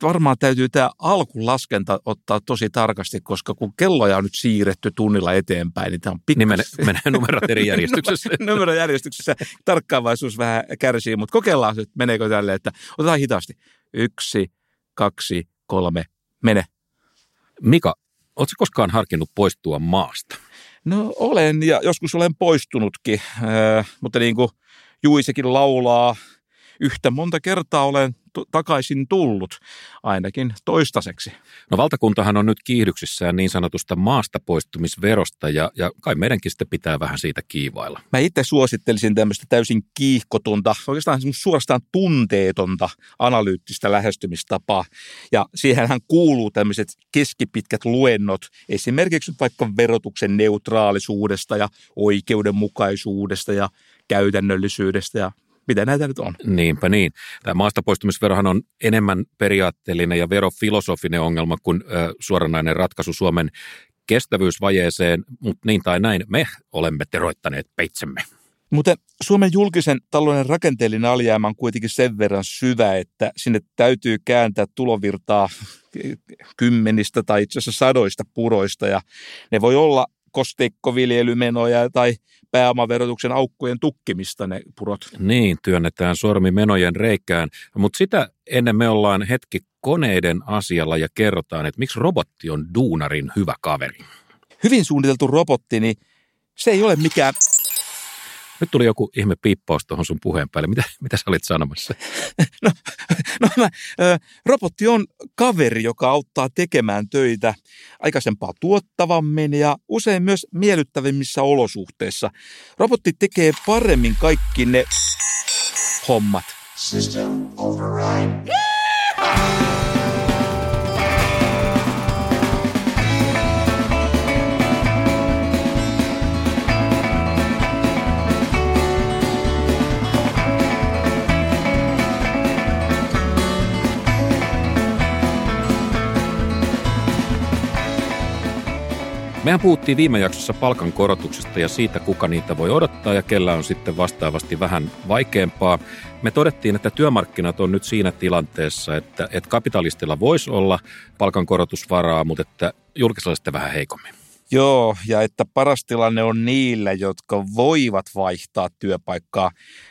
varmaan täytyy tämä alkulaskenta ottaa tosi tarkasti, koska kun kelloja on nyt siirretty tunnilla eteenpäin, niin tämä on pikkuisen. Niin menee numerot eri järjestyksessä. Numerojärjestyksessä tarkkaavaisuus vähän kärsii, mutta kokeillaan nyt, meneekö tälleen, että otetaan hitaasti. 1, 2, 3, mene. Mika, ootko koskaan harkinnut poistua maasta? No olen ja joskus olen poistunutkin, mutta niin kuin Juisekin laulaa, yhtä monta kertaa olen takaisin tullut, ainakin toistaiseksi. No valtakuntahan on nyt kiihdyksissään niin sanotusta maasta poistumisverosta ja kai meidänkin sitten pitää vähän siitä kiivailla. Mä itse suosittelisin tämmöistä täysin kiihkotonta, oikeastaan suorastaan tunteetonta analyyttistä lähestymistapaa. Ja siihenhän kuuluu tämmöiset keskipitkät luennot, esimerkiksi nyt vaikka verotuksen neutraalisuudesta ja oikeudenmukaisuudesta ja käytännöllisyydestä ja mitä näitä nyt on? Niinpä niin. Tämä maastapoistumisverohan on enemmän periaatteellinen ja verofilosofinen ongelma kuin suoranainen ratkaisu Suomen kestävyysvajeeseen, mutta niin tai näin me olemme teroittaneet peitsemme. Mutta Suomen julkisen talouden rakenteellinen alijäämä on kuitenkin sen verran syvä, että sinne täytyy kääntää tulovirtaa kymmenistä tai itse asiassa sadoista puroista ja ne voi olla kosteikkoviljelymenoja tai pääomaverotuksen aukkojen tukkimista ne purot. Niin, työnnetään sormi menojen reikään, mutta sitä ennen me ollaan hetki koneiden asialla ja kerrotaan, että miksi robotti on duunarin hyvä kaveri. Hyvin suunniteltu robotti, niin se ei ole mikään. Nyt tuli joku ihme piippaus tuohon sun puheen päälle. Mitä sä olit sanomassa? Robotti on kaveri, joka auttaa tekemään töitä aikaisempaa tuottavammin ja usein myös miellyttävimmissä olosuhteissa. Robotti tekee paremmin kaikki ne hommat. System override. Mehän puhuttiin viime jaksossa palkankorotuksesta ja siitä, kuka niitä voi odottaa ja kellä on sitten vastaavasti vähän vaikeampaa. Me todettiin, että työmarkkinat on nyt siinä tilanteessa, että kapitalistilla voisi olla palkankorotusvaraa, mutta että julkisella sitten vähän heikommin. Joo, ja että paras tilanne on niillä, jotka voivat vaihtaa työpaikkaa.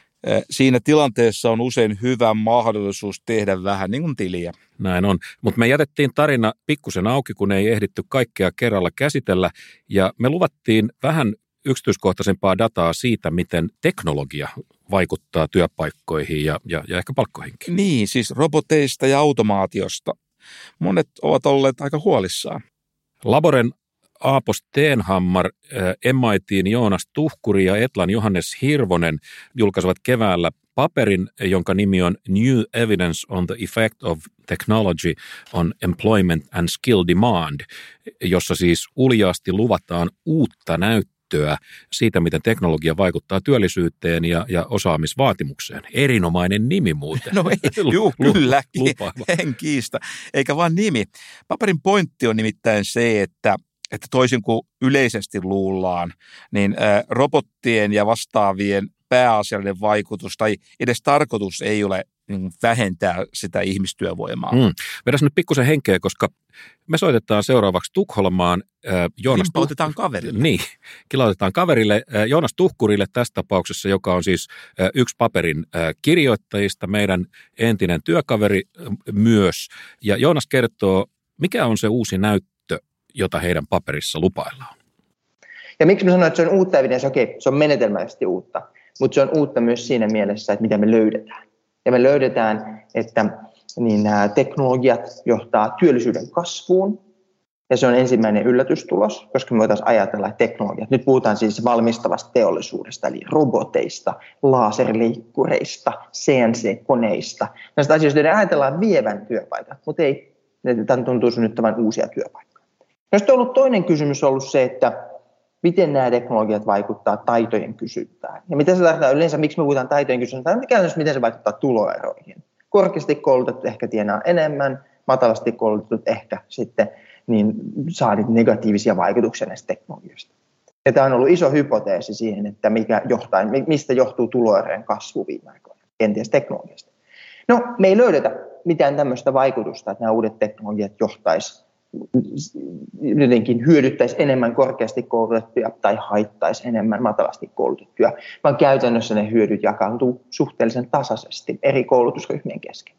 Siinä tilanteessa on usein hyvä mahdollisuus tehdä vähän niin kuin tiliä. Näin on, mutta me jätettiin tarina pikkusen auki, kun ei ehditty kaikkea kerralla käsitellä ja me luvattiin vähän yksityiskohtaisempaa dataa siitä, miten teknologia vaikuttaa työpaikkoihin ja ehkä palkkoihinkin. Niin, siis roboteista ja automaatiosta. Monet ovat olleet aika huolissaan. Laboren Aapo Stenhammar, MIT:n Joonas Tuhkuri ja Etlan Johannes Hirvonen julkaisivat keväällä paperin, jonka nimi on New Evidence on the Effect of Technology on Employment and Skill Demand, jossa siis uljaasti luvataan uutta näyttöä siitä, miten teknologia vaikuttaa työllisyyteen ja osaamisvaatimukseen. Erinomainen nimi muuten. No ei, kyllä, en kiistä. Eikä vaan nimi. Paperin pointti on nimittäin se, että toisin kuin yleisesti luullaan, niin robottien ja vastaavien pääasiallinen vaikutus tai edes tarkoitus ei ole vähentää sitä ihmistyövoimaa. Vedäs nyt pikkusen henkeä, koska me soitetaan seuraavaksi Tukholmaan Kilautetaan kaverille. Niin, kilautetaan kaverille. Joonas Tuhkurille tässä tapauksessa, joka on siis yksi paperin kirjoittajista, meidän entinen työkaveri myös. Ja Joonas kertoo, mikä on se uusi näyttö, jota heidän paperissa lupaillaan. Ja miksi mä sanoin, että se on uutta evidenssiä? Okei, se on menetelmällisesti uutta, mutta se on uutta myös siinä mielessä, että mitä me löydetään. Ja me löydetään, että nämä teknologiat johtaa työllisyyden kasvuun, ja se on ensimmäinen yllätystulos, koska me voitaisiin ajatella, että teknologiat, nyt puhutaan siis valmistavasta teollisuudesta, eli roboteista, laserleikkureista, CNC-koneista, näistä asioista, joiden ajatellaan vievän työpaikat, mutta ei, tämä tuntuu synnyttävän uusia työpaikkoja. Sitten on ollut toinen kysymys ollut se, että miten nämä teknologiat vaikuttaa taitojen kysyntään. Ja mitä se tarkoittaa yleensä, miksi me puhutaan taitojen kysyntään, miten se vaikuttaa tuloeroihin. Korkeasti koulutetut ehkä tienaa enemmän, matalasti koulutetut ehkä sitten niin saa negatiivisia vaikutuksia näistä teknologioista. Ja tämä on ollut iso hypoteesi siihen, että mistä johtuu tuloerojen kasvu viime aikoina, kenties teknologiasta. No, me ei löydetä mitään tämmöistä vaikutusta, että nämä uudet teknologiat johtaisi jotenkin hyödyttäisi enemmän korkeasti koulutettuja tai haittaisi enemmän matalasti koulutettuja, vaan käytännössä ne hyödyt jakautuu suhteellisen tasaisesti eri koulutusryhmien kesken.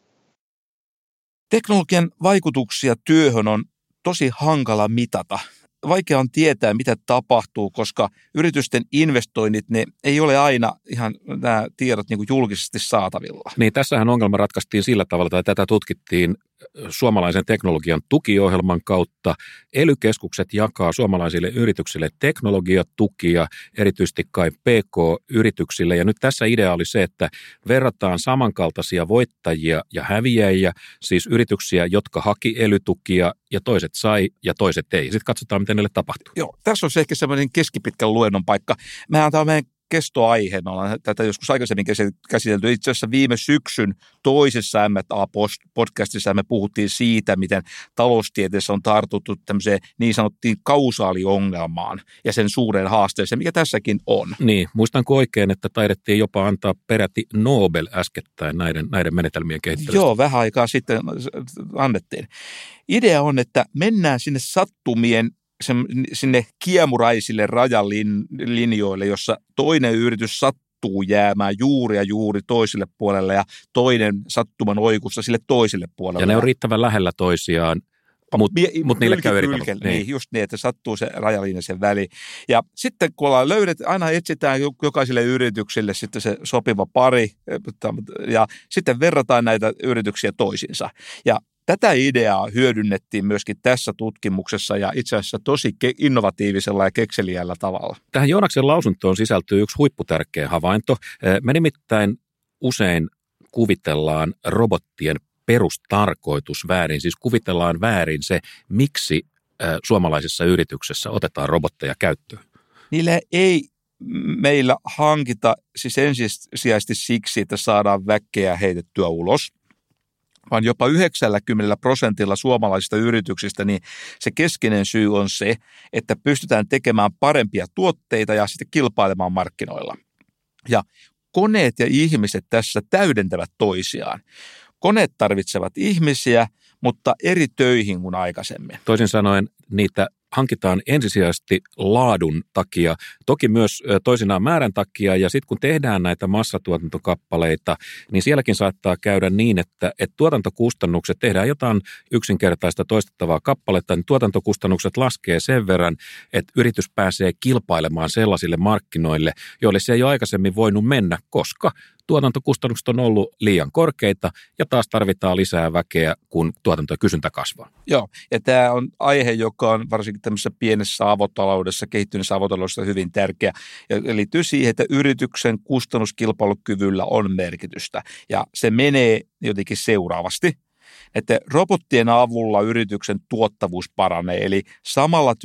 Teknologian vaikutuksia työhön on tosi hankala mitata. Vaikea on tietää, mitä tapahtuu, koska yritysten investoinnit, ne ei ole aina ihan nämä tiedot niin kuin julkisesti saatavilla. Niin, tässähän ongelma ratkaistiin sillä tavalla, että tätä tutkittiin suomalaisen teknologian tukiohjelman kautta. ELY-keskukset jakaa suomalaisille yrityksille teknologiatukia, erityisesti kai PK-yrityksille. Ja nyt tässä idea oli se, että verrataan samankaltaisia voittajia ja häviäjiä, siis yrityksiä, jotka haki ELY-tukia ja toiset sai ja toiset ei. Sitten katsotaan, miten niille tapahtuu. Joo, tässä on se ehkä semmoinen keskipitkän luennon paikka. Mehän tämä on meidän kestoaihe. Me ollaan tätä joskus aikaisemmin käsitelty. Itse asiassa viime syksyn toisessa M&A-podcastissa me puhuttiin siitä, miten taloustieteessä on tartuttu tämmöiseen niin sanottiin kausaaliongelmaan ja sen suureen haasteeseen, mikä tässäkin on. Niin, muistanko oikein, että taidettiin jopa antaa peräti Nobel äskettäin näiden menetelmien kehittelystä? Joo, vähän aikaa sitten annettiin. Idea on, että mennään sinne sattumien sinne kiemuraisille rajalinjoille, jossa toinen yritys sattuu jäämään juuri ja juuri toiselle puolelle ja toinen sattuman oikussa sille toiselle puolelle. Ja ne on riittävän lähellä toisiaan, mutta niille käy eri tavalla. Niin, just niin, että sattuu se rajalinja sen väliin. Ja sitten kun ollaan aina etsitään jokaiselle yritykselle sitten se sopiva pari ja sitten verrataan näitä yrityksiä toisiinsa. Ja tätä ideaa hyödynnettiin myöskin tässä tutkimuksessa ja itse asiassa tosi innovatiivisella ja kekseliällä tavalla. Tähän Joonaksen lausuntoon sisältyy yksi huipputärkeä havainto. Me nimittäin usein kuvitellaan robottien perustarkoitus väärin, siis kuvitellaan väärin se, miksi suomalaisessa yrityksessä otetaan robotteja käyttöön. Niillä ei meillä hankita siis ensisijaisesti siksi, että saadaan väkeä heitettyä ulos, vaan jopa 90% suomalaisista yrityksistä, niin se keskeinen syy on se, että pystytään tekemään parempia tuotteita ja sitten kilpailemaan markkinoilla. Ja koneet ja ihmiset tässä täydentävät toisiaan. Koneet tarvitsevat ihmisiä, mutta eri töihin kuin aikaisemmin. Toisin sanoen niitä hankitaan ensisijaisesti laadun takia, toki myös toisinaan määrän takia, ja sitten kun tehdään näitä massatuotantokappaleita, niin sielläkin saattaa käydä niin, että tuotantokustannukset, tehdään jotain yksinkertaista toistettavaa kappaletta, niin tuotantokustannukset laskee sen verran, että yritys pääsee kilpailemaan sellaisille markkinoille, joille se ei ole aikaisemmin voinut mennä, koska tuotantokustannukset on ollut liian korkeita ja taas tarvitaan lisää väkeä, kun tuotanto ja kysyntä kasvaa. Joo, ja tämä on aihe, joka on varsinkin tämmöisessä pienessä avotaloudessa, kehittyneessä avotaloudessa hyvin tärkeä ja liittyy siihen, että yrityksen kustannuskilpailukyvyllä on merkitystä ja se menee jotenkin seuraavasti. Että robottien avulla yrityksen tuottavuus paranee, eli samalla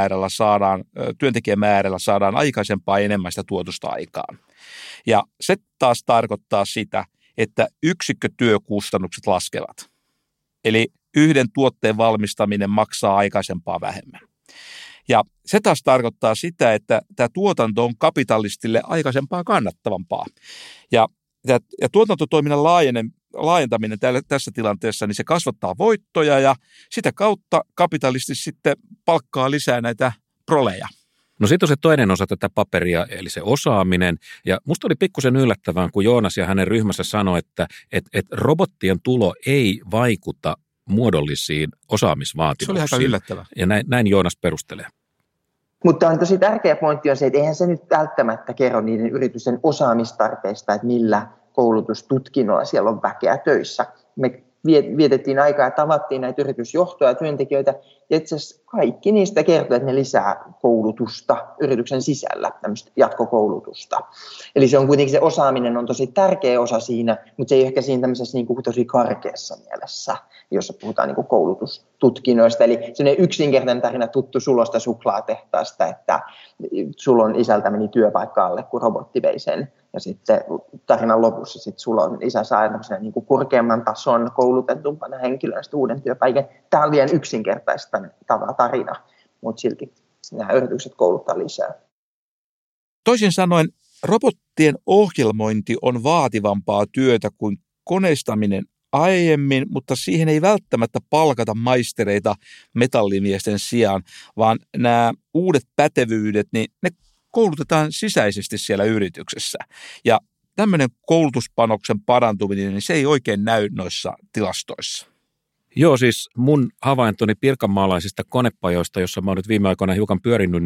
työntekijämäärällä saadaan aikaisempaa enemmän sitä tuotosta aikaan. Ja se taas tarkoittaa sitä, että yksikkötyökustannukset laskevat. Eli yhden tuotteen valmistaminen maksaa aikaisempaa vähemmän. Ja se taas tarkoittaa sitä, että tämä tuotanto on kapitalistille aikaisempaa kannattavampaa. Ja tuotantotoiminnan laajentaminen tässä tilanteessa, niin se kasvattaa voittoja ja sitä kautta kapitalisti sitten palkkaa lisää näitä proleja. No sitten on se toinen osa tätä paperia, eli se osaaminen. Ja musta oli pikkusen yllättävää, kun Joonas ja hänen ryhmässä sanoi, että robottien tulo ei vaikuta muodollisiin osaamisvaatimuksiin. Se oli aika yllättävää. Ja näin Joonas perustelee. Mutta on tosi tärkeä pointti on se, että eihän se nyt välttämättä kerro niiden yritysten osaamistarpeista, että millä koulutustutkinnolla siellä on väkeä töissä. Me vietettiin aikaa ja tavattiin näitä yritysjohtoja ja työntekijöitä, ja itse asiassa kaikki niistä kertoo, että ne lisää koulutusta yrityksen sisällä, tämmöistä jatkokoulutusta. Eli se on kuitenkin, se osaaminen on tosi tärkeä osa siinä, mutta se ei ehkä siinä tämmöisessä niin kuin tosi karkeassa mielessä, jossa puhutaan niin kuin koulutustutkinnoista. Eli sellainen yksinkertainen tarina tuttu Sulosta suklaatehtaasta, että Sulon isältä meni työpaikka alle, kun robotti vei sen. Ja sitten tarinan lopussa sitten Sulon isä sai niin kuin korkeamman tason koulutetumpana henkilönä uuden työpaikan. Tämä on liian yksinkertaista tarina, mutta silti nämä yritykset kouluttaa lisää. Toisin sanoen, robottien ohjelmointi on vaativampaa työtä kuin koneistaminen aiemmin, mutta siihen ei välttämättä palkata maistereita metallimiesten sijaan, vaan nämä uudet pätevyydet, niin ne koulutetaan sisäisesti siellä yrityksessä. Ja tämmöinen koulutuspanoksen parantuminen, niin se ei oikein näy noissa tilastoissa. Joo, siis mun havaintoni pirkanmaalaisista konepajoista, jossa mä oon nyt viime aikoina hiukan pyörinyt,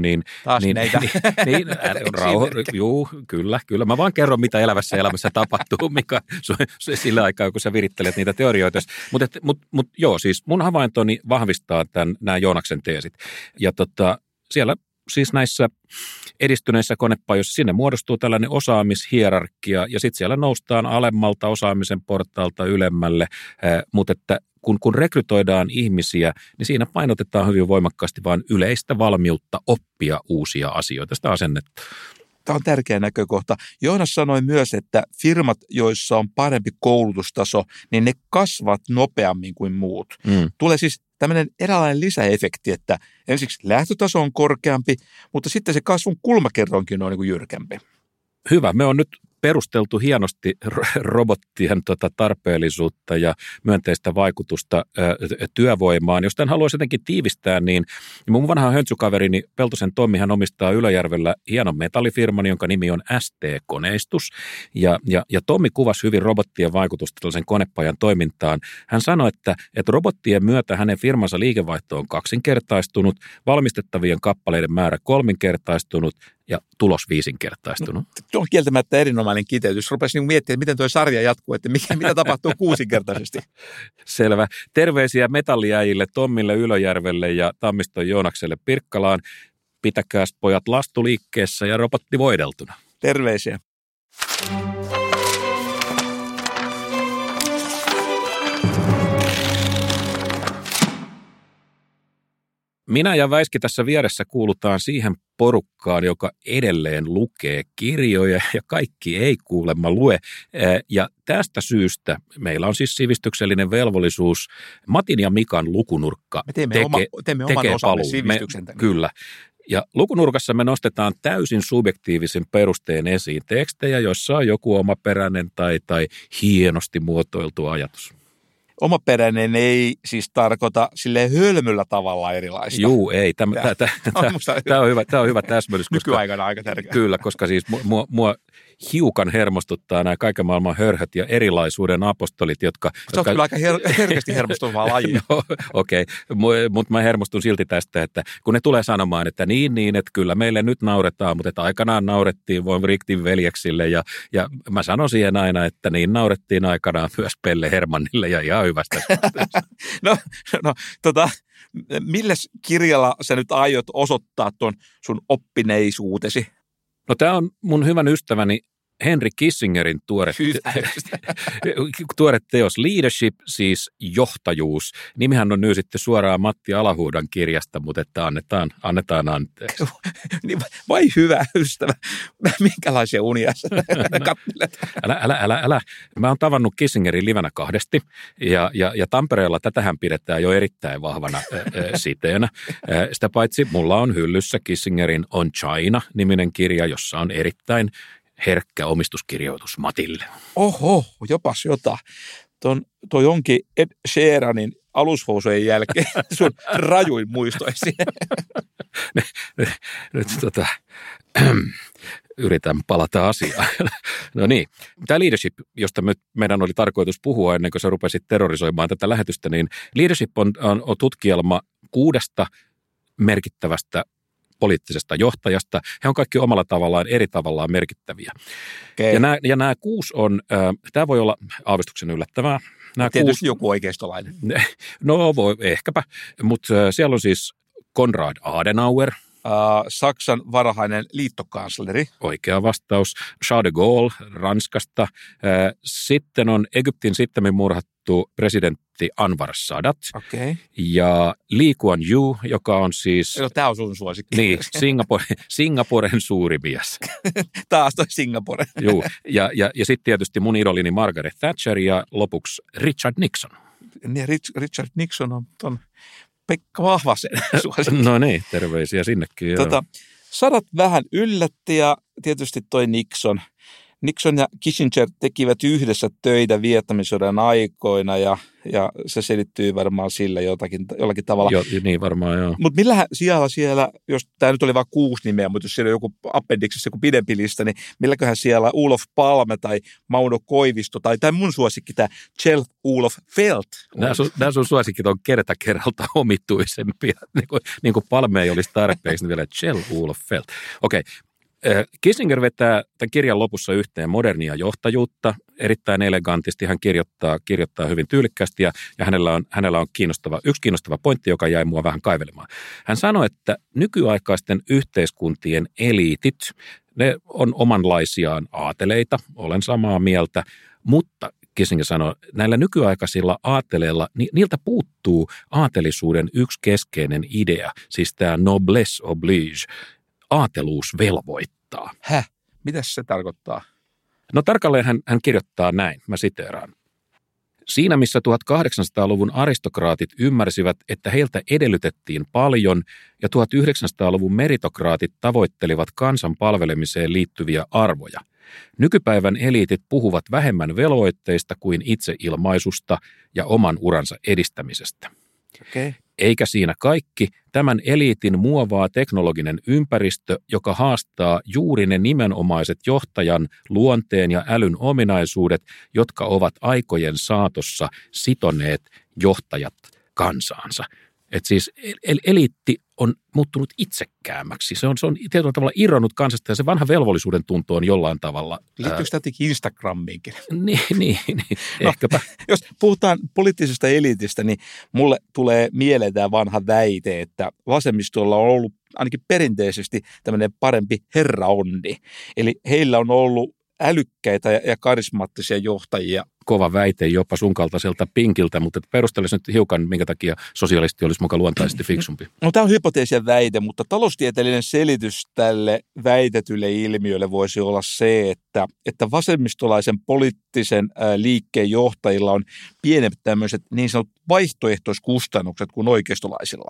kyllä. Mä vaan kerron, mitä elämässä tapahtuu, mikä sillä aikaa, kun sä virittelet niitä teorioita. Mutta joo, siis mun havaintoni vahvistaa nämä Joonaksen teesit. Ja siellä siis näissä edistyneissä konepajoissa sinne muodostuu tällainen osaamishierarkia ja sitten siellä noustaan alemmalta osaamisen portaalta ylemmälle, mutta että kun rekrytoidaan ihmisiä, niin siinä painotetaan hyvin voimakkaasti vain yleistä valmiutta oppia uusia asioita, sitä asennetta. Tämä on tärkeä näkökohta. Joonas sanoi myös, että firmat, joissa on parempi koulutustaso, niin ne kasvavat nopeammin kuin muut. Tulee siis tämmöinen eräänlainen lisäefekti, että ensiksi lähtötaso on korkeampi, mutta sitten se kasvun kulmakerroinkin on niin kuin jyrkempi. Hyvä. Me on nyt perusteltu hienosti robottien tarpeellisuutta ja myönteistä vaikutusta työvoimaan. Jos tämän haluaisi jotenkin tiivistää, niin mun vanha höntsykaverini Peltosen Tommi, hän omistaa Ylöjärvellä hienon metallifirman, jonka nimi on ST-koneistus. Ja Tommi kuvasi hyvin robottien vaikutusta tällaisen konepajan toimintaan. Hän sanoi, että robottien myötä hänen firmansa liikevaihto on kaksinkertaistunut, valmistettavien kappaleiden määrä kolminkertaistunut ja tulos viisinkertaistunut. Tuo on kieltämättä erinomainen kiteytys. Rupesi miettimään, miten tuo sarja jatkuu, että mitä tapahtuu kuusinkertaisesti. Selvä. Terveisiä metalliäjille Tommille Ylöjärvelle ja Tammiston Joonakselle Pirkkalaan. Pitäkääs pojat lastuliikkeessä ja robotti voideltuna. Terveisiä. Minä ja Väiski tässä vieressä kuulutaan siihen porukkaan, joka edelleen lukee kirjoja ja kaikki ei kuulemma lue. Ja tästä syystä meillä on siis sivistyksellinen velvollisuus. Matin ja Mikan lukunurkka teemme oman osamme sivistyksen. Kyllä. Ja lukunurkassa me nostetaan täysin subjektiivisen perusteen esiin tekstejä, joissa on joku omaperäinen tai hienosti muotoiltu ajatus. Omaperäinen ei siis tarkoita silleen hölmöllä tavalla erilaista. Juu, ei. Tämä on hyvä täsmälys. Nykyaikana aika tärkeä. Kyllä, koska siis mua hiukan hermostuttaa nämä kaiken maailman hörhöt ja erilaisuuden apostolit, jotka... Sä oot kyllä aika herkästi hermostuvaa lajia. Okei, mutta mä hermostun silti tästä, että kun ne tulee sanomaan, että niin, että kyllä meille nyt nauretaan, mutta että aikanaan naurettiin Von Wrightin veljeksille ja mä sanon siihen aina, että niin naurettiin aikanaan myös Pelle Hermannille ja ihan hyvästä. Milläs kirjalla sä nyt aiot osoittaa tuon sun oppineisuutesi? No tämä on mun hyvän ystäväni Henry Kissingerin tuore teos Leadership, siis johtajuus. Nimihän on nyt sitten suoraan Matti Alahuudan kirjasta, mutta että annetaan anteeksi. Vai hyvä ystävä, minkälaisia unia sä katselet? Älä. Mä oon tavannut Kissingerin livenä kahdesti ja Tampereella tätähän pidetään jo erittäin vahvana siteenä. Sitä paitsi mulla on hyllyssä Kissingerin On China-niminen kirja, jossa on erittäin herkkä omistuskirjoitus Matille. Oho, jopas jota. Toi onkin Ed Sheeranin alushousujen jälkeen sun rajuin muisto esiin. Nyt yritän palata asiaan. No niin, tämä leadership, josta meidän oli tarkoitus puhua ennen kuin sä rupesit terrorisoimaan tätä lähetystä, niin leadership on tutkielma 6 merkittävästä poliittisesta johtajasta. He on kaikki omalla tavallaan, eri tavallaan merkittäviä. Okay. Ja nämä 6 on, tämä voi olla aavistuksen yllättävää. Tietysti joku oikeistolainen. No voi, ehkäpä, mutta siellä on siis Konrad Adenauer. Saksan varhainen liittokansleri. Oikea vastaus. Charles de Gaulle Ranskasta. Sitten on Egyptin sittemmin murhattu presidentti Anwar Sadat. Okay. Ja Lee Kuan Yew, joka on siis... No, tämä on sun suosikki. Niin, Singaporen suuri mies. Taas toi Singapore. Juu, ja sitten tietysti mun idolini Margaret Thatcher ja lopuksi Richard Nixon. Niin, Richard Nixon on ton Pekka Vahvasen suosikki. No niin, terveisiä sinnekin. Sadat vähän yllätti ja tietysti toi Nixon. Nixon ja Kissinger tekivät yhdessä töitä Vietnamin aikoina ja se selittyy varmaan sillä jollakin tavalla. Niin varmaan, joo. Mutta millähän siellä, jos tämä nyt oli vain 6 nimeä, mutta jos siellä on joku appendiksessa joku pidempi lista, niin milläköhän siellä Olof Palme tai Mauno Koivisto tai mun suosikki tämä Kjell Olof Feldt. Nämä sun suosikit on kerta kerralta omituisempia. Niin kuin Palme ei olisi tarpeeksi, niin vielä Kjell Olof Feldt. Okei. Kissinger vetää tämän kirjan lopussa yhteen modernia johtajuutta erittäin elegantisti. Hän kirjoittaa hyvin tyylikkäästi ja hänellä on yksi kiinnostava pointti, joka jäi mua vähän kaivelemaan. Hän sanoi, että nykyaikaisten yhteiskuntien eliitit, ne on omanlaisiaan aateleita, olen samaa mieltä, mutta Kissinger sanoi, näillä nykyaikaisilla aateleilla, niiltä puuttuu aatelisuuden yksi keskeinen idea, siis tämä noblesse oblige. Aateluus velvoittaa. Mitäs se tarkoittaa? No tarkalleen hän kirjoittaa näin, mä siteeraan. Siinä missä 1800-luvun aristokraatit ymmärsivät, että heiltä edellytettiin paljon ja 1900-luvun meritokraatit tavoittelivat kansan palvelemiseen liittyviä arvoja. Nykypäivän eliitit puhuvat vähemmän velvoitteista kuin itseilmaisusta ja oman uransa edistämisestä. Okay. Eikä siinä kaikki. Tämän eliitin muovaa teknologinen ympäristö, joka haastaa juuri ne nimenomaiset johtajan luonteen ja älyn ominaisuudet, jotka ovat aikojen saatossa sitoneet johtajat kansaansa. Että siis eliitti on muuttunut itsekkäämmäksi. Se on tietyllä tavalla irronnut kansasta ja se vanha velvollisuuden tunto on jollain tavalla. Liittyykö tämä Instagramiinkin? Niin, ehkäpä. Jos puhutaan poliittisesta eliitistä, niin mulle tulee mieleen tämä vanha väite, että vasemmistolla on ollut ainakin perinteisesti tämmöinen parempi herraonni. Eli heillä on ollut älykkäitä ja karismaattisia johtajia. Kova väite jopa sun kaltaiselta Pinkiltä, mutta perustelisin nyt hiukan, minkä takia sosialisti olisi mukaan luontaisesti fiksumpi. No tämä on hypoteesia väite, mutta taloustieteellinen selitys tälle väitetylle ilmiölle voisi olla se, että vasemmistolaisen poliittisen liikkeen johtajilla on pienemmät tämmöiset niin sanotut vaihtoehtoiskustannukset kuin oikeistolaisilla.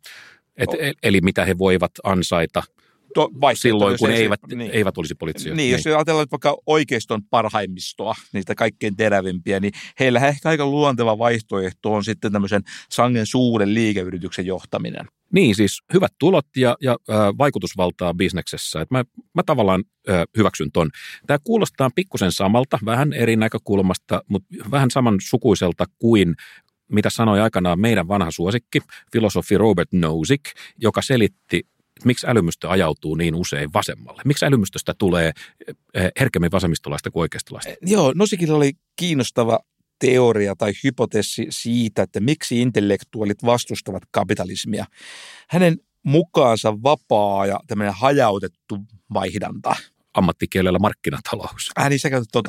Eli mitä he voivat ansaita silloin, kun eivät olisi poliittisia. Niin, jos ajatellaan vaikka oikeiston parhaimmistoa, niitä kaikkein terävimpiä, niin heillä ehkä aika luonteva vaihtoehto on sitten tämmöisen sangen suuren liikeyrityksen johtaminen. Niin, siis hyvät tulot ja vaikutusvaltaa bisneksessä. Et mä tavallaan hyväksyn ton. Tämä kuulostaa pikkusen samalta, vähän eri näkökulmasta, mutta vähän samansukuiselta kuin mitä sanoi aikanaan meidän vanha suosikki, filosofi Robert Nozick, joka selitti, miksi älymystö ajautuu niin usein vasemmalle? Miksi älymystöstä tulee herkemmin vasemmistolaista kuin oikeistolaista? Joo, Nozicilla oli kiinnostava teoria tai hypoteesi siitä, että miksi intellektuaalit vastustavat kapitalismia. Hänen mukaansa vapaa ja tämmöinen hajautettu vaihdanta. Ammattikielellä markkinatalous. Niin sä käytät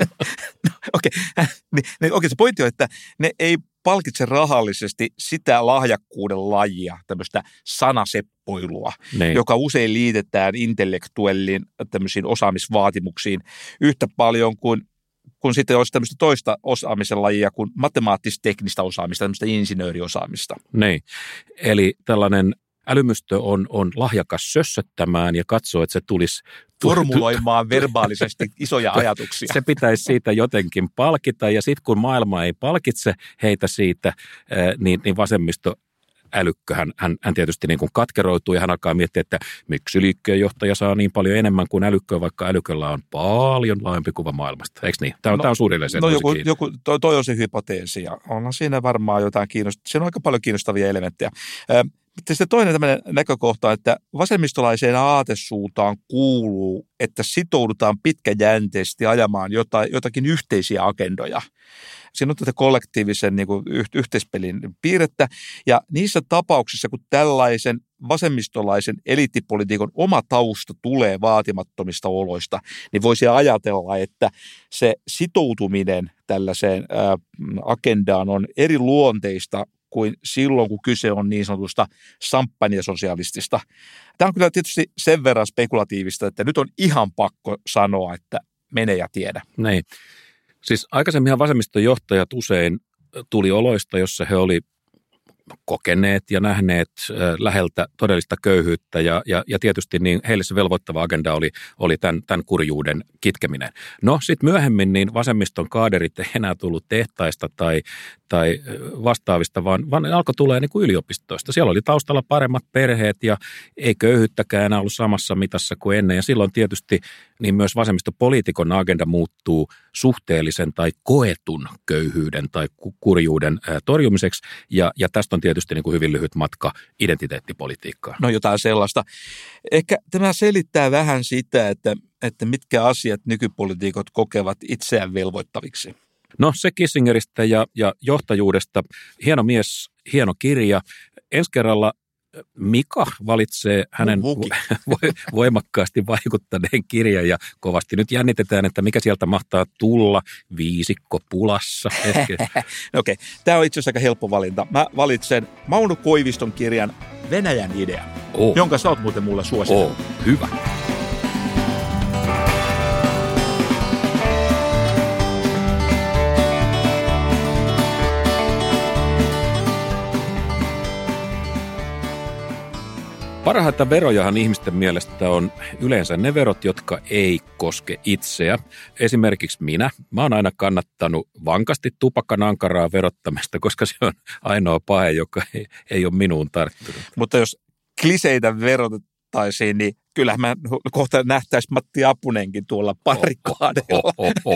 Okei, se pointti on, että ne ei palkitse rahallisesti sitä lahjakkuuden lajia, tämmöistä sanaseppoilua, joka usein liitetään intellektuellin tämmöisiin osaamisvaatimuksiin yhtä paljon kuin sitten olisi tämmöistä toista osaamisen lajia kuin matemaattis-teknistä osaamista, tämmöistä insinööriosaamista. Niin, eli tällainen älymystö on lahjakas sössöttämään ja katsoo, että se tulisi formuloimaan verbaalisesti isoja ajatuksia. Se pitäisi siitä jotenkin palkita ja sitten kun maailma ei palkitse heitä siitä, niin vasemmisto älykkö, hän tietysti niin kuin katkeroituu ja hän alkaa miettiä, että miksi liikkeenjohtaja saa niin paljon enemmän kuin älykköä, vaikka älyköllä on paljon laajempi kuva maailmasta. Eikö niin? Tämä on suuri yleisen toi on se hypoteesi ja onhan siinä varmaan jotain kiinnostavaa. Siinä on aika paljon kiinnostavia elementtejä. Sitten toinen tämmöinen näkökohta, että vasemmistolaiseen aatesuuntaan kuuluu, että sitoudutaan pitkäjänteisesti ajamaan jotakin yhteisiä agendoja. Siinä on tätä kollektiivisen niin kuin yhteispelin piirrettä, ja niissä tapauksissa, kun tällaisen vasemmistolaisen eliittipolitiikan oma tausta tulee vaatimattomista oloista, niin voisi ajatella, että se sitoutuminen tällaiseen agendaan on eri luonteista kuin silloin, kun kyse on niin sanotusta samppanjasosialistista. Tämä on kyllä tietysti sen verran spekulatiivista, että nyt on ihan pakko sanoa, että mene ja tiedä. Näin. Siis aikaisemminhan vasemmiston johtajat usein tuli oloista, jossa he oli kokeneet ja nähneet läheltä todellista köyhyyttä ja tietysti niin heille se velvoittava agenda oli tämän kurjuuden kitkeminen. No sitten myöhemmin niin vasemmiston kaaderit ei enää tullut tehtaista tai vastaavista, vaan alkoi tulee niin kuin yliopistoista. Siellä oli taustalla paremmat perheet ja ei köyhyyttäkään enää ollut samassa mitassa kuin ennen. Ja silloin tietysti niin myös vasemmistopoliitikon agenda muuttuu suhteellisen tai koetun köyhyyden tai kurjuuden torjumiseksi. Ja tästä on tietysti niin kuin hyvin lyhyt matka identiteettipolitiikkaan. No jotain sellaista. Ehkä tämä selittää vähän sitä, että mitkä asiat nykypolitiikot kokevat itseään velvoittaviksi. No se Kissingeristä ja johtajuudesta. Hieno mies, hieno kirja. Ensi kerralla Mika valitsee hänen voimakkaasti vaikuttaneen kirjan ja kovasti nyt jännitetään, että mikä sieltä mahtaa tulla. Viisikko pulassa. Okei, tämä on itse asiassa aika helppo valinta. Mä valitsen Mauno Koiviston kirjan Venäjän idea, jonka sä oot muuten mulle suositellut. Hyvä. Parhaita verojahan ihmisten mielestä on yleensä ne verot, jotka ei koske itseä. Esimerkiksi mä oon aina kannattanut vankasti tupakan ankaraa verottamista, koska se on ainoa pahe, joka ei ole minuun tarttunut. Mutta jos kliseitä verotettaisiin, niin kyllähän mä kohta nähtäisi Matti Apunenkin tuolla parikaadella.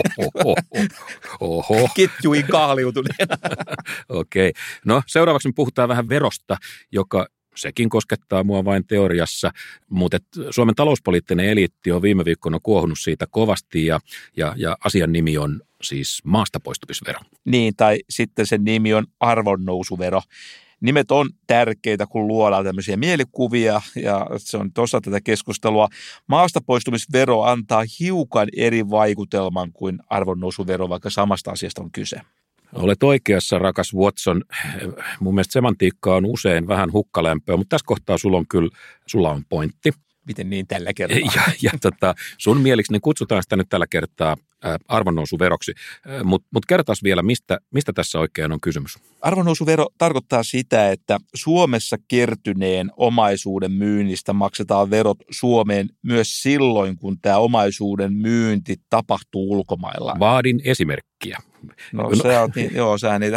Kitjuin kahliutuneena. Okei. No seuraavaksi me puhutaan vähän verosta, joka sekin koskettaa mua vain teoriassa, mutta Suomen talouspoliittinen eliitti on viime viikkoina kuohunut siitä kovasti ja asian nimi on siis maastapoistumisvero. Niin, tai sitten sen nimi on arvonnousuvero. Nimet on tärkeitä, kun luodaan tämmöisiä mielikuvia ja se on osa tätä keskustelua. Maastapoistumisvero antaa hiukan eri vaikutelman kuin arvonnousuvero, vaikka samasta asiasta on kyse. Olet oikeassa, rakas Watson. Mun mielestä semantiikka on usein vähän hukkalämpöä, mutta tässä kohtaa sulla on pointti. Miten niin tällä kertaa? Ja sun mieliksi niin kutsutaan sitä nyt tällä kertaa arvonnousuveroksi. Mutta kertaas vielä, mistä tässä oikein on kysymys? Arvonnousuvero tarkoittaa sitä, että Suomessa kertyneen omaisuuden myynnistä maksetaan verot Suomeen myös silloin, kun tämä omaisuuden myynti tapahtuu ulkomailla. Vaadin esimerkkiä. No sä niitä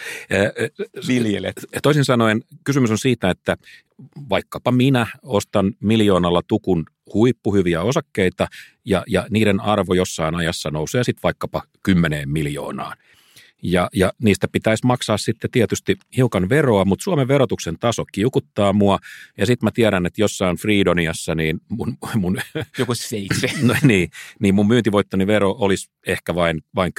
viljelet. Toisin sanoen kysymys on siitä, että vaikkapa minä ostan 1 000 000 tukun huippuhyviä osakkeita ja niiden arvo jossain ajassa nousee sitten vaikkapa 10 miljoonaan. Ja niistä pitäisi maksaa sitten tietysti hiukan veroa, mutta Suomen verotuksen taso kiukuttaa mua. Ja sitten mä tiedän, että jossain Freedoniassa niin mun joku 7. No niin mun myyntivoittoni vero olisi ehkä vain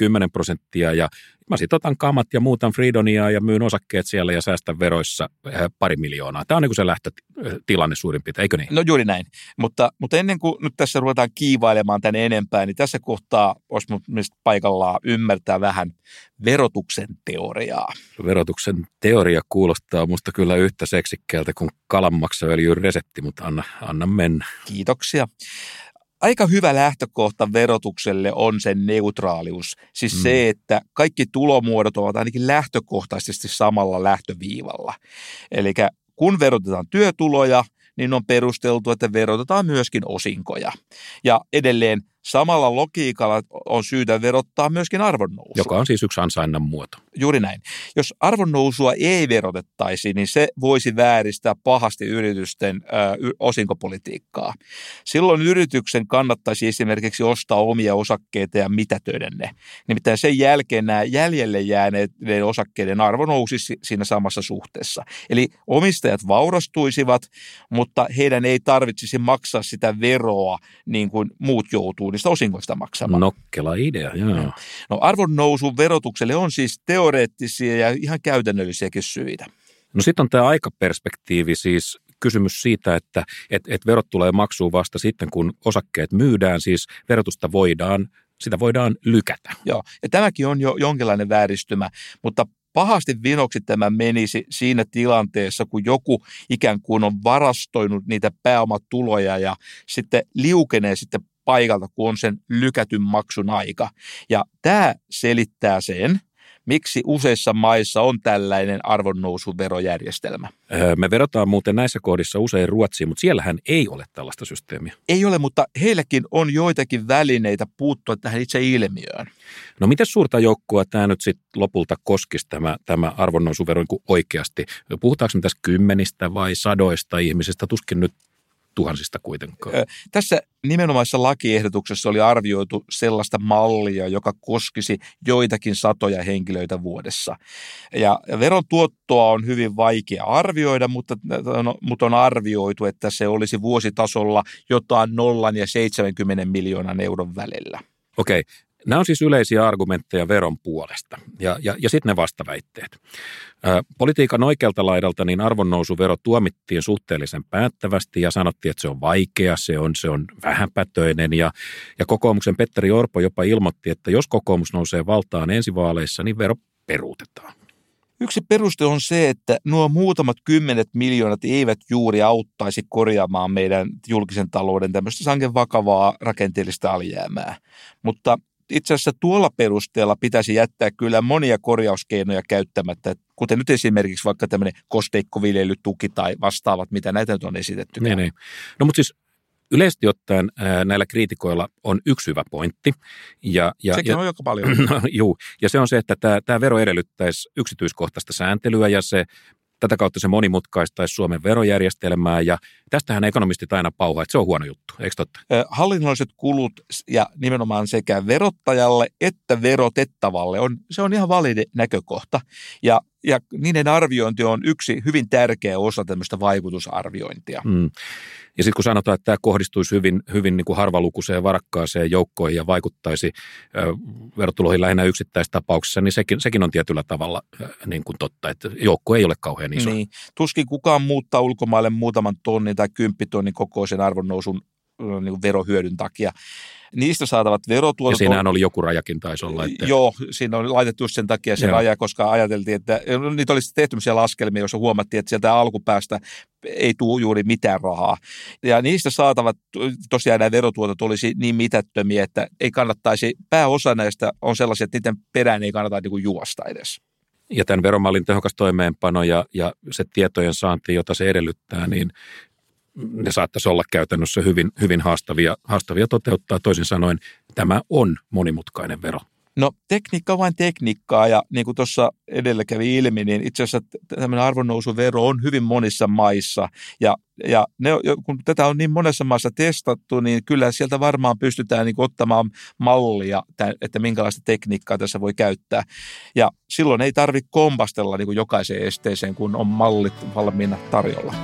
10%. Ja mä sitten otan kamat ja muutan Freedoniaa ja myyn osakkeet siellä ja säästän veroissa 2 miljoonaa. Tämä on niin kuin se lähtötilanne suurin piirtein, eikö niin? No juuri näin. Mutta ennen kuin nyt tässä ruvetaan kiivailemaan tänne enempää, niin tässä kohtaa olisi mielestäni paikallaan ymmärtää vähän verotuksen teoriaa. Verotuksen teoria kuulostaa musta kyllä yhtä seksikkäältä kuin kalanmaksaöljyn resepti, mutta anna mennä. Kiitoksia. Aika hyvä lähtökohta verotukselle on sen neutraalius. Siis se, että kaikki tulomuodot ovat ainakin lähtökohtaisesti samalla lähtöviivalla. Eli kun verotetaan työtuloja, niin on perusteltu, että verotetaan myöskin osinkoja. Ja edelleen samalla logiikalla on syytä verottaa myöskin arvonnousua. Joka on siis yksi ansainnan muoto. Juuri näin. Jos arvonnousua ei verotettaisi, niin se voisi vääristää pahasti yritysten osinkopolitiikkaa. Silloin yrityksen kannattaisi esimerkiksi ostaa omia osakkeita ja mitätöidä ne. Nimittäin sen jälkeen nämä jäljelle jääneiden osakkeiden arvo nousisi siinä samassa suhteessa. Eli omistajat vaurastuisivat, mutta heidän ei tarvitsisi maksaa sitä veroa niin kuin muut joutuu niistä osingoista maksamaan. Nokkela idea, joo. No arvonnousun verotukselle on siis teoreettisia ja ihan käytännöllisiäkin syitä. No sitten on tämä aikaperspektiivi, siis kysymys siitä, että verot tulee maksuun vasta sitten, kun osakkeet myydään, siis verotusta sitä voidaan lykätä. Joo, ja tämäkin on jo jonkinlainen vääristymä, mutta pahasti vinoksi tämä menisi siinä tilanteessa, kun joku ikään kuin on varastoinut niitä pääomatuloja ja sitten liukenee sitten paikalta, kun on sen lykätyn maksun aika. Ja tämä selittää sen, Miksi useissa maissa on tällainen arvonnousuverojärjestelmä? Me verotaan muuten näissä kohdissa usein Ruotsiin, mutta siellähän ei ole tällaista systeemiä. Ei ole, mutta heilläkin on joitakin välineitä puuttua tähän itse ilmiöön. No miten suurta joukkoa tämä nyt sitten lopulta koskisi tämä arvonnousuvero niin kuin oikeasti? Puhutaanko me tässä 10 vai 100 ihmisistä? Tuskin nyt tuhansista kuitenkaan. Tässä nimenomaisessa lakiehdotuksessa oli arvioitu sellaista mallia, joka koskisi joitakin satoja henkilöitä vuodessa. Ja veron tuottoa on hyvin vaikea arvioida, mutta on arvioitu, että se olisi vuositasolla jotain 0 ja 70 miljoonan euron välillä. Okei. Nämä on siis yleisiä argumentteja veron puolesta ja sitten ne vastaväitteet. Politiikan oikealta laidalta niin arvonnousuvero tuomittiin suhteellisen päättävästi ja sanottiin, että se on vaikea, se on vähäpätöinen ja kokoomuksen Petteri Orpo jopa ilmoitti, että jos kokoomus nousee valtaan ensivaaleissa, niin vero peruutetaan. Yksi peruste on se, että nuo muutamat 10 miljoonat eivät juuri auttaisi korjaamaan meidän julkisen talouden tämmöistä sangen vakavaa rakenteellista alijäämää, mutta itse asiassa tuolla perusteella pitäisi jättää kyllä monia korjauskeinoja käyttämättä, kuten nyt esimerkiksi vaikka tämmöinen kosteikkoviljelytuki tai vastaavat, mitä näitä nyt on esitetty. Niin. No mutta siis yleisesti ottaen näillä kriitikoilla on yksi hyvä pointti. Sekin on joka paljon. Juu, ja se on se, että tämä vero edellyttäisi yksityiskohtaista sääntelyä ja tätä kautta se monimutkaistaisi Suomen verojärjestelmää ja tästähän ekonomistit aina pauhaa, että se on huono juttu, eikö totta? Hallinnolliset kulut ja nimenomaan sekä verottajalle että verotettavalle se on ihan validi näkökohta ja niiden arviointi on yksi hyvin tärkeä osa tämmöistä vaikutusarviointia. Ja sitten kun sanotaan, että tämä kohdistuisi hyvin niin kuin harvalukuiseen varakkaaseen joukkoihin ja vaikuttaisi verotuloihin lähinnä yksittäistapauksessa, niin sekin on tietyllä tavalla niin kuin totta, että joukko ei ole kauhean iso. Niin, tuskin kukaan muuttaa ulkomaille muutaman tonnin tai 10 tonnin kokoisen arvonnousun niin verohyödyn takia. Niistä saatavat verotuotot... Ja siinähän oli joku rajakin taisi olla. Että... Joo, siinä on laitettu sen takia se raja, koska ajateltiin, että niitä olisi tehty sellaisia laskelmia, joissa huomattiin, että sieltä alkupäästä ei tule juuri mitään rahaa. Ja niistä saatavat tosiaan nämä verotuotot olisi niin mitättömiä, että ei kannattaisi, pääosa näistä on sellaisia, että niiden perään ei kannata niin kuin juosta edes. Ja tämän veromallin tehokas toimeenpano ja se tietojen saanti, jota se edellyttää, niin ne saattaisi olla käytännössä hyvin haastavia toteuttaa. Toisin sanoen tämä on monimutkainen vero. No tekniikka on vain tekniikkaa ja niin kuin tuossa edellä kävi ilmi, niin itse asiassa tämmöinen arvonnousuvero on hyvin monissa maissa ja kun tätä on niin monessa maassa testattu, niin kyllä sieltä varmaan pystytään niin kuin ottamaan mallia, että minkälaista tekniikkaa tässä voi käyttää. Ja silloin ei tarvitse kompastella niin kuin jokaiseen esteeseen, kun on mallit valmiina tarjolla.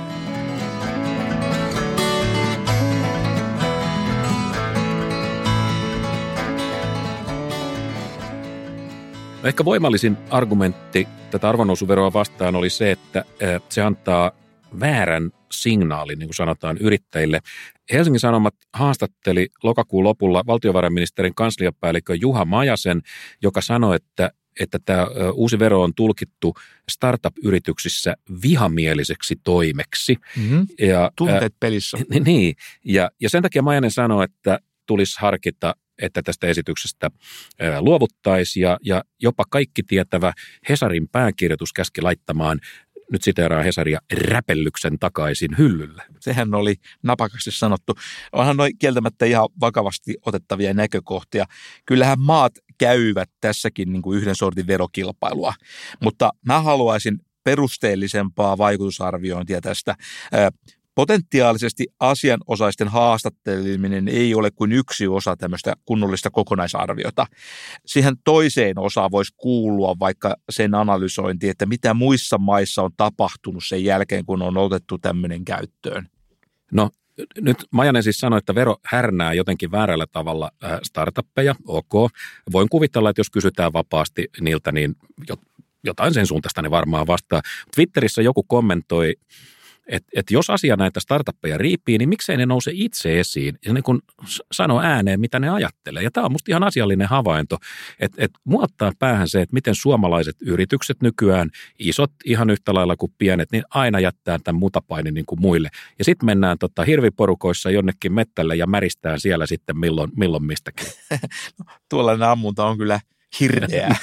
No ehkä voimallisin argumentti tätä arvonnousuveroa vastaan oli se, että se antaa väärän signaalin, niin kuin sanotaan, yrittäjille. Helsingin Sanomat haastatteli lokakuun lopulla valtiovarainministerin kansliapäällikkö Juha Majasen, joka sanoi, että tämä uusi vero on tulkittu startup-yrityksissä vihamieliseksi toimeksi. Mm-hmm. Tunteet pelissä. Niin, ja sen takia Majanen sanoi, että tulisi harkita, että tästä esityksestä luovuttaisiin ja jopa kaikki tietävä Hesarin pääkirjoitus käski laittamaan, nyt siteeraan Hesaria, räpellyksen takaisin hyllylle. Sehän oli napakasti sanottu. Onhan noin kieltämättä ihan vakavasti otettavia näkökohtia. Kyllähän maat käyvät tässäkin niin kuin yhden sortin verokilpailua, mutta mä haluaisin perusteellisempaa vaikutusarviointia tästä. Potentiaalisesti asianosaisten haastatteleminen ei ole kuin yksi osa tämmöistä kunnollista kokonaisarviota. Siihen toiseen osaan voisi kuulua vaikka sen analysointi, että mitä muissa maissa on tapahtunut sen jälkeen, kun on otettu tämmöinen käyttöön. No nyt Majanen siis sanoi, että vero härnää jotenkin väärällä tavalla startuppeja. Ok. Voin kuvitella, että jos kysytään vapaasti niiltä, niin jotain sen suuntaista ne varmaan vastaa. Twitterissä joku kommentoi, että jos asia näitä startuppeja riipii, niin miksei ne nouse itse esiin ja ne kun sanoo ääneen, mitä ne ajattelee. Ja tämä on musta ihan asiallinen havainto, että muottaa päähän se, että miten suomalaiset yritykset nykyään, isot ihan yhtä lailla kuin pienet, niin aina jättää tämän mutapainin niin kuin muille. Ja sitten mennään hirviporukoissa jonnekin mettälle ja märistään siellä sitten milloin mistäkin. Tuollainen ammunta on kyllä hirveää.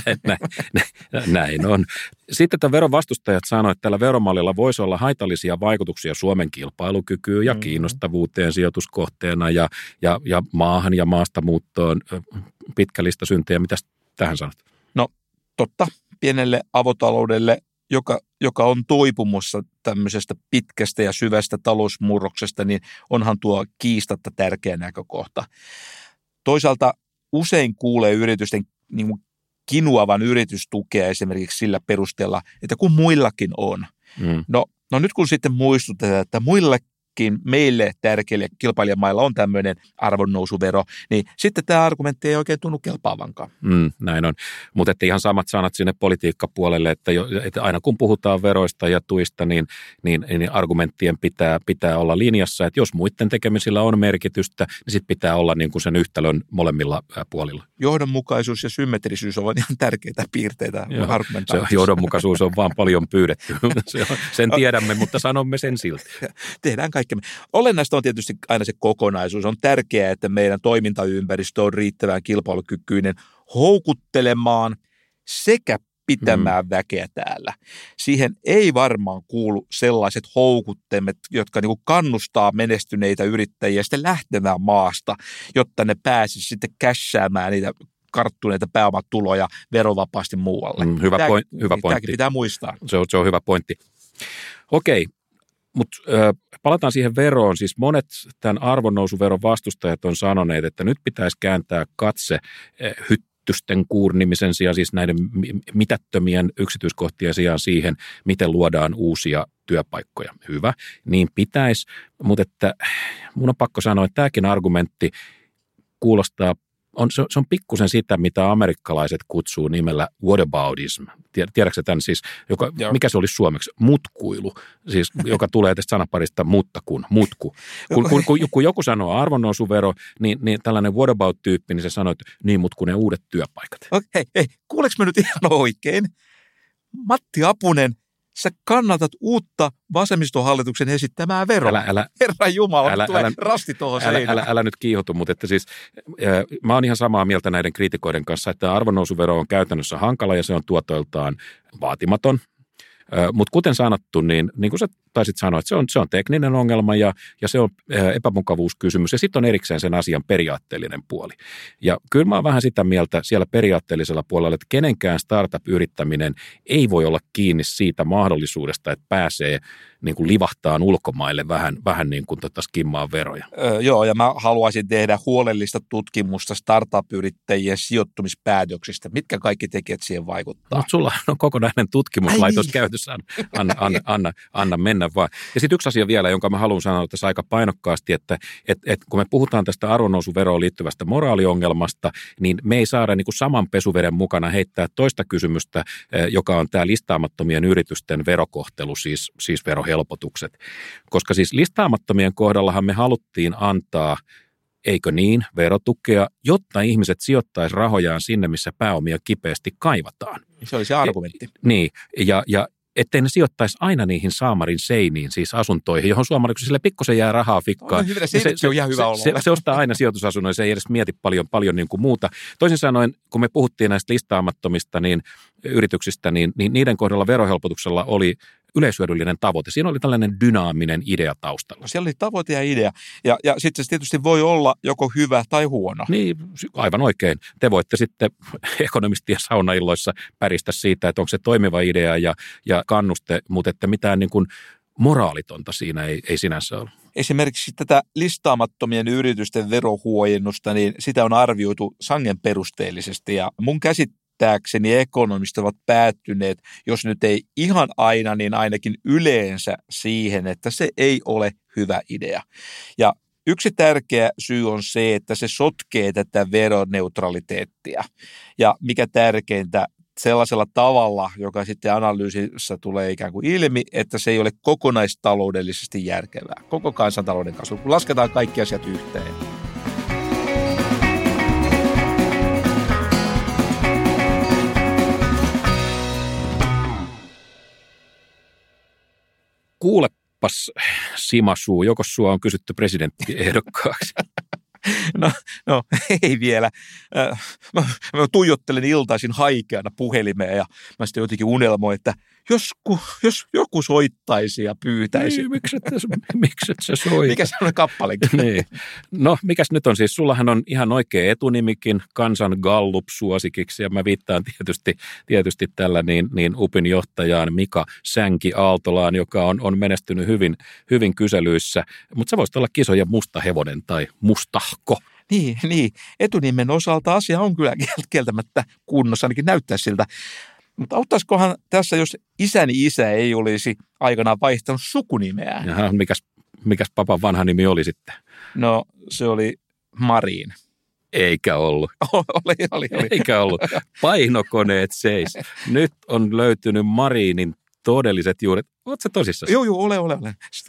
Näin on. Sitten tämän veron vastustajat sanoivat, että tällä veromallilla voisi olla haitallisia vaikutuksia Suomen kilpailukykyyn ja kiinnostavuuteen sijoituskohteena ja maahan ja maastamuuttoon. Pitkä lista syntejä. Mitäs tähän sanot? No totta, pienelle avotaloudelle, joka on toipumassa tämmöisestä pitkästä ja syvästä talousmurroksesta, niin onhan tuo kiistatta tärkeä näkökohta. Toisaalta usein kuulee yritysten niin kuin kinuavan yritystukea esimerkiksi sillä perusteella, että kun muillakin on. No nyt kun sitten muistutetaan, että muillakin meille tärkeille kilpailijamailla on tämmöinen arvonnousuvero, niin sitten tämä argumentti ei oikein tunnu kelpaavankaan. Näin on, mutta että ihan samat sanat sinne politiikkapuolelle, että aina kun puhutaan veroista ja tuista, niin argumenttien pitää olla linjassa, että jos muiden tekemisillä on merkitystä, niin sitten pitää olla niin kuin sen yhtälön molemmilla puolilla. Johdonmukaisuus ja symmetrisyys ovat ihan tärkeitä piirteitä argumentaatiossa. Johdonmukaisuus on vaan paljon pyydetty. Sen tiedämme, mutta sanomme sen silti. Tehdään kaikkemme. Olennaista on tietysti aina se kokonaisuus. On tärkeää, että meidän toimintaympäristö on riittävän kilpailukykyinen houkuttelemaan sekä pitämään väkeä täällä. Siihen ei varmaan kuulu sellaiset houkuttemet, jotka niin kuin kannustaa menestyneitä yrittäjiä sitten lähtemään maasta, jotta ne pääsisivät sitten kässäämään niitä karttuneita pääomatuloja verovapaasti muualle. Hyvä pointti. Tämäkin pitää muistaa. Se on hyvä pointti. Okei. Mutta palataan siihen veroon. Siis monet tämän arvonnousuveron vastustajat on sanoneet, että nyt pitäisi kääntää katse hyttysten kuurnimisen sijaan, siis näiden mitättömien yksityiskohtien sijaan siihen, miten luodaan uusia työpaikkoja. Hyvä, niin pitäisi, mutta että mun on pakko sanoa, että tämäkin argumentti kuulostaa, se on pikkusen sitä, mitä amerikkalaiset kutsuu nimellä whataboutism. Tiedätkö tämän siis, mikä se olisi suomeksi? Mutkuilu, siis, joka tulee tästä sanaparista mutku. Kun joku sanoo arvonnousuvero, niin tällainen whatabout-tyyppi, niin se sanoo, että niin, mutta kun ne uudet työpaikat. Hei, kuuleeko mä nyt ihan oikein? Matti Apunen, sä kannatat uutta vasemmistohallituksen esittämää veroa. Herra Jumala, tulee rasti tuohon seinään. Älä nyt kiihotu, mutta että siis, mä oon ihan samaa mieltä näiden kriitikoiden kanssa, että arvonnousuvero on käytännössä hankala ja se on tuotoiltaan vaatimaton. Mutta kuten sanottu, niin kuin sä taisit sanoa, että se on tekninen ongelma ja se on epämukavuuskysymys ja sitten on erikseen sen asian periaatteellinen puoli. Ja kyllä mä oon vähän sitä mieltä siellä periaatteellisella puolella, että kenenkään startup-yrittäminen ei voi olla kiinni siitä mahdollisuudesta, että pääsee niin kuin livahtaan ulkomaille vähän niin kuin skimmaan veroja. Joo, ja mä haluaisin tehdä huolellista tutkimusta startup-yrittäjien sijoittumispäätöksistä. Mitkä kaikki tekijät siihen vaikuttaa? No, sulla on kokonainen tutkimuslaitos käytössä. Anna mennä vaan. Ja sitten yksi asia vielä, jonka mä haluan sanoa tässä aika painokkaasti, että kun me puhutaan tästä arvonnousuveroon liittyvästä moraaliongelmasta, niin me ei saada niin kuin saman pesuveden mukana heittää toista kysymystä, joka on tämä listaamattomien yritysten verokohtelu, siis verohelpotukset. Koska siis listaamattomien kohdallahan me haluttiin antaa, eikö niin, verotukea, jotta ihmiset sijoittaisi rahojaan sinne, missä pääomia kipeästi kaivataan. Se oli se argumentti. Niin, ja ettei ne sijoittaisi aina niihin saamarin seiniin, siis asuntoihin, johon suomalaisille sille pikkusen jää rahaa fikkaan. Se on ihan hyvä olla. Se ostaa aina sijoitusasunnoja, se ei edes mieti paljon niin kuin muuta. Toisin sanoen, kun me puhuttiin näistä listaamattomista yrityksistä, niin niiden kohdalla verohelpotuksella oli yleishyödyllinen tavoite. Siinä oli tällainen dynaaminen idea taustalla. Siellä oli tavoite ja idea. Ja sitten se tietysti voi olla joko hyvä tai huono. Niin, aivan oikein. Te voitte sitten ekonomistien saunailloissa päristä siitä, että onko se toimiva idea ja kannuste, mutta että mitään niin kuin moraalitonta siinä ei sinänsä ole. Esimerkiksi tätä listaamattomien yritysten verohuojennusta, niin sitä on arvioitu sangen perusteellisesti. Ja mun käsittääkseni ekonomistit ovat päättyneet, jos nyt ei ihan aina, niin ainakin yleensä siihen, että se ei ole hyvä idea. Ja yksi tärkeä syy on se, että se sotkee tätä veroneutraliteettia. Ja mikä tärkeintä, sellaisella tavalla, joka sitten analyysissä tulee ikään kuin ilmi, että se ei ole kokonaistaloudellisesti järkevää. Koko kansantalouden kasvu, kun lasketaan kaikki asiat yhteen. Kuulepas, Simasuu, joko sua on kysytty presidenttiehdokkaaksi? No ei vielä. Mä tuijottelen iltaisin haikeana puhelimeen ja mä sitten jotenkin unelmoin, että jos joku soittaisi ja pyytäisi. Niin, miksi et sä soita? Mikä se on kappalekin? Niin. No, mikäs nyt on siis? Sullahan on ihan oikea etunimikin Kansan Gallup-suosikiksi ja mä viittaan tietysti tällä niin UPin johtajaan Mika Sänki-Aaltolaan, joka on menestynyt hyvin kyselyissä. Mutta sä voisit olla Kisojen musta hevonen tai mustahko. Niin. Etunimen osalta asia on kyllä kieltämättä kunnossa, ainakin näyttää siltä. Mutta auttaisikohan tässä, jos isäni isä ei olisi aikanaan vaihtanut sukunimeään? Jaha, mikäs papan vanha nimi oli sitten? No, se oli Marin. Eikä ollut. Oli. Eikä ollut. Painokoneet seis. Nyt on löytynyt Marinin todelliset juuret. Oletko sä tosissaan? Joo, ole.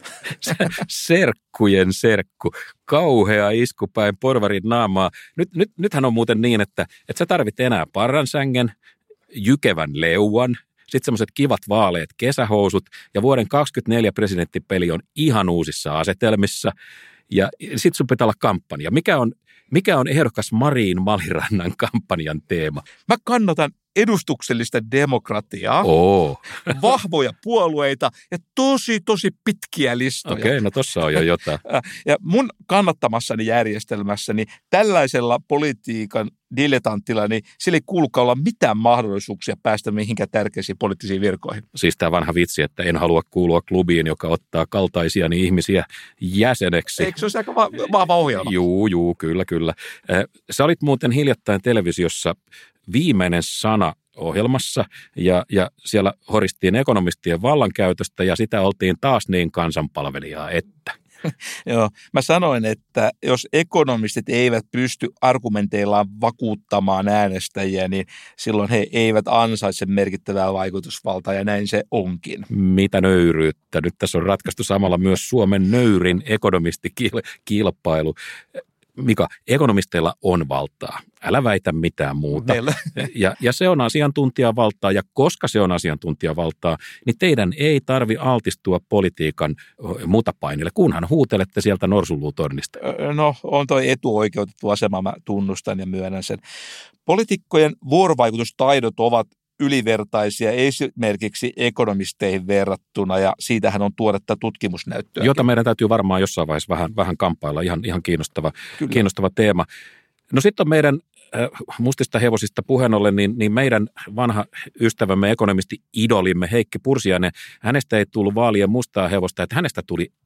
Serkkujen serkku. Kauhea isku päin porvarin naamaa. Nythän on muuten niin, että sä tarvit enää parransängen, jykevän leuan, sitten semmoiset kivat vaaleet kesähousut ja vuoden 2024 presidenttipeli on ihan uusissa asetelmissa ja sitten sun pitää olla kampanja. Mikä on ehdokas Marin Malirannan kampanjan teema? Mä kannatan edustuksellista demokratiaa, vahvoja puolueita ja tosi pitkiä listoja. Okei, no tossa on jo jotain. Ja mun kannattamassani järjestelmässäni tällaisella politiikan dilettantilla, niin sillä ei kuulukaan olla mitään mahdollisuuksia päästä mihinkään tärkeisiin poliittisiin virkoihin. Siis tämä vanha vitsi, että en halua kuulua klubiin, joka ottaa kaltaisiani ihmisiä jäseneksi. Eikö se ole aika vahva ohjelma? Juu, kyllä. Sä olit muuten hiljattain televisiossa Viimeinen sana -ohjelmassa ja siellä horistiin ekonomistien vallankäytöstä ja sitä oltiin taas niin kansanpalvelijaa, että. Joo, mä sanoin, että jos ekonomistit eivät pysty argumenteillaan vakuuttamaan äänestäjiä, niin silloin he eivät ansaitse merkittävää vaikutusvaltaa ja näin se onkin. Mitä nöyryyttä. Nyt tässä on ratkaistu samalla myös Suomen nöyrin ekonomistikilpailu. Mika, ekonomisteilla on valtaa. Älä väitä mitään muuta. Ja se on asiantuntijavaltaa, ja koska se on asiantuntijavaltaa, niin teidän ei tarvi altistua politiikan mutapainille, kunhan huutelette sieltä norsunluutornista. No, on toi etuoikeutettu asema, mä tunnustan ja myönnän sen. Poliitikkojen vuorovaikutustaidot ovat ylivertaisia esimerkiksi ekonomisteihin verrattuna, ja siitähän on tuoretta tutkimusnäyttöä. Jota meidän täytyy varmaan jossain vaiheessa vähän kamppailla, ihan kiinnostava teema. No sitten on meidän mustista hevosista puheen ollen, niin meidän vanha ystävämme ekonomisti-idolimme Heikki Pursiainen, hänestä ei tullut vaalien mustaa hevosta, että hänestä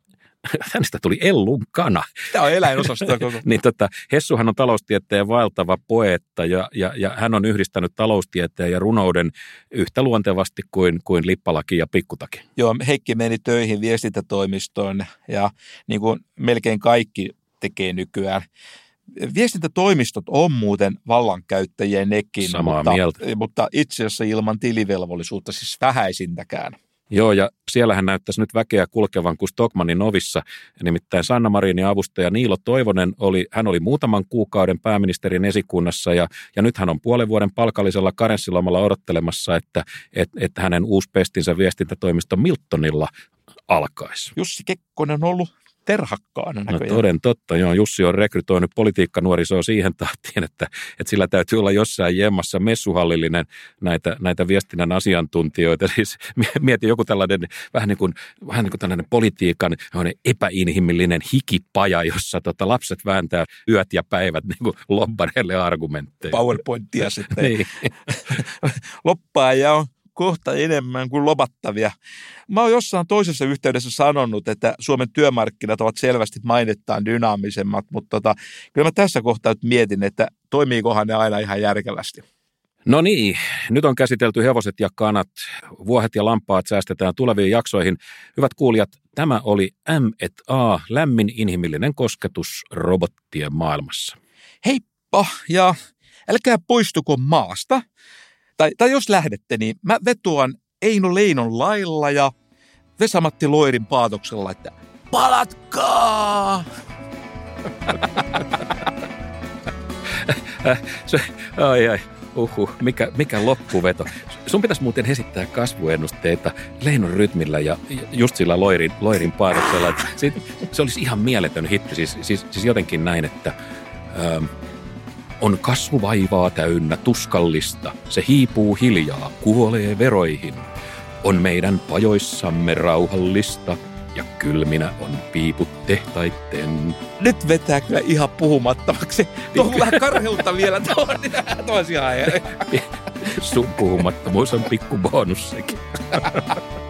tuli Ellun kana. Tämä on eläinosastoa koko. Niin Hessuhan on taloustieteen vaeltava poeetta ja hän on yhdistänyt taloustieteen ja runouden yhtä luontevasti kuin lippalaki ja pikkutaki. Joo, Heikki meni töihin viestintätoimistoon ja niin kuin melkein kaikki tekee nykyään. Viestintätoimistot on muuten vallankäyttäjiä nekin, mutta itse asiassa ilman tilivelvollisuutta, siis vähäisintäkään. Joo, ja siellähän näyttäisi nyt väkeä kulkevan kuin Stockmannin ovissa. Nimittäin Sanna Marinin avustaja Niilo Toivonen oli muutaman kuukauden pääministerin esikunnassa, ja nyt hän on puolen vuoden palkallisella karenssilomalla odottelemassa, että hänen uusi pestinsä viestintätoimisto Miltonilla alkaisi. Jussi Kekkonen on ollut terhakkaana näköjään. No toden totta, joo. Jussi on rekrytoinut politiikkanuorisoa siihen tahtiin, että sillä täytyy olla jossain jemmassa messuhallillinen näitä viestinnän asiantuntijoita. Siis mieti joku tällainen vähän niin kuin tällainen politiikan epäinhimillinen hikipaja, jossa lapset vääntää yöt ja päivät niin kuin lobbareille argumentteja. PowerPointia sitten. Niin. Loppaajia on kohta enemmän kuin lobattavia. Mä oon jossain toisessa yhteydessä sanonut, että Suomen työmarkkinat ovat selvästi mainettaan dynaamisemmat, mutta kyllä mä tässä kohtaa nyt mietin, että toimiikohan ne aina ihan järkevästi. No niin, nyt on käsitelty hevoset ja kanat, vuohet ja lampaat säästetään tuleviin jaksoihin. Hyvät kuulijat, tämä oli M&A, lämmin inhimillinen kosketus robottien maailmassa. Heippa ja älkää poistuko maasta. Tai jos lähdette, niin mä vetoan Eino Leinon lailla ja Vesa-Matti Loirin paatoksella, että palatkaa! Mikä loppuveto. Sun pitäisi muuten esittää kasvuennusteita Leinon rytmillä ja just sillä Loirin paatoksella. Se olisi ihan mieletön hitti, siis jotenkin näin, että On kasvuvaivaa täynnä tuskallista, se hiipuu hiljaa, kuolee veroihin. On meidän pajoissamme rauhallista, ja kylminä on piiput tehtaitten. Nyt vetää kyllä ihan puhumattomaksi. Tuo on vähän karheutta vielä. Tuo on ihan Sun puhumattomuus on pikku bonus sekin.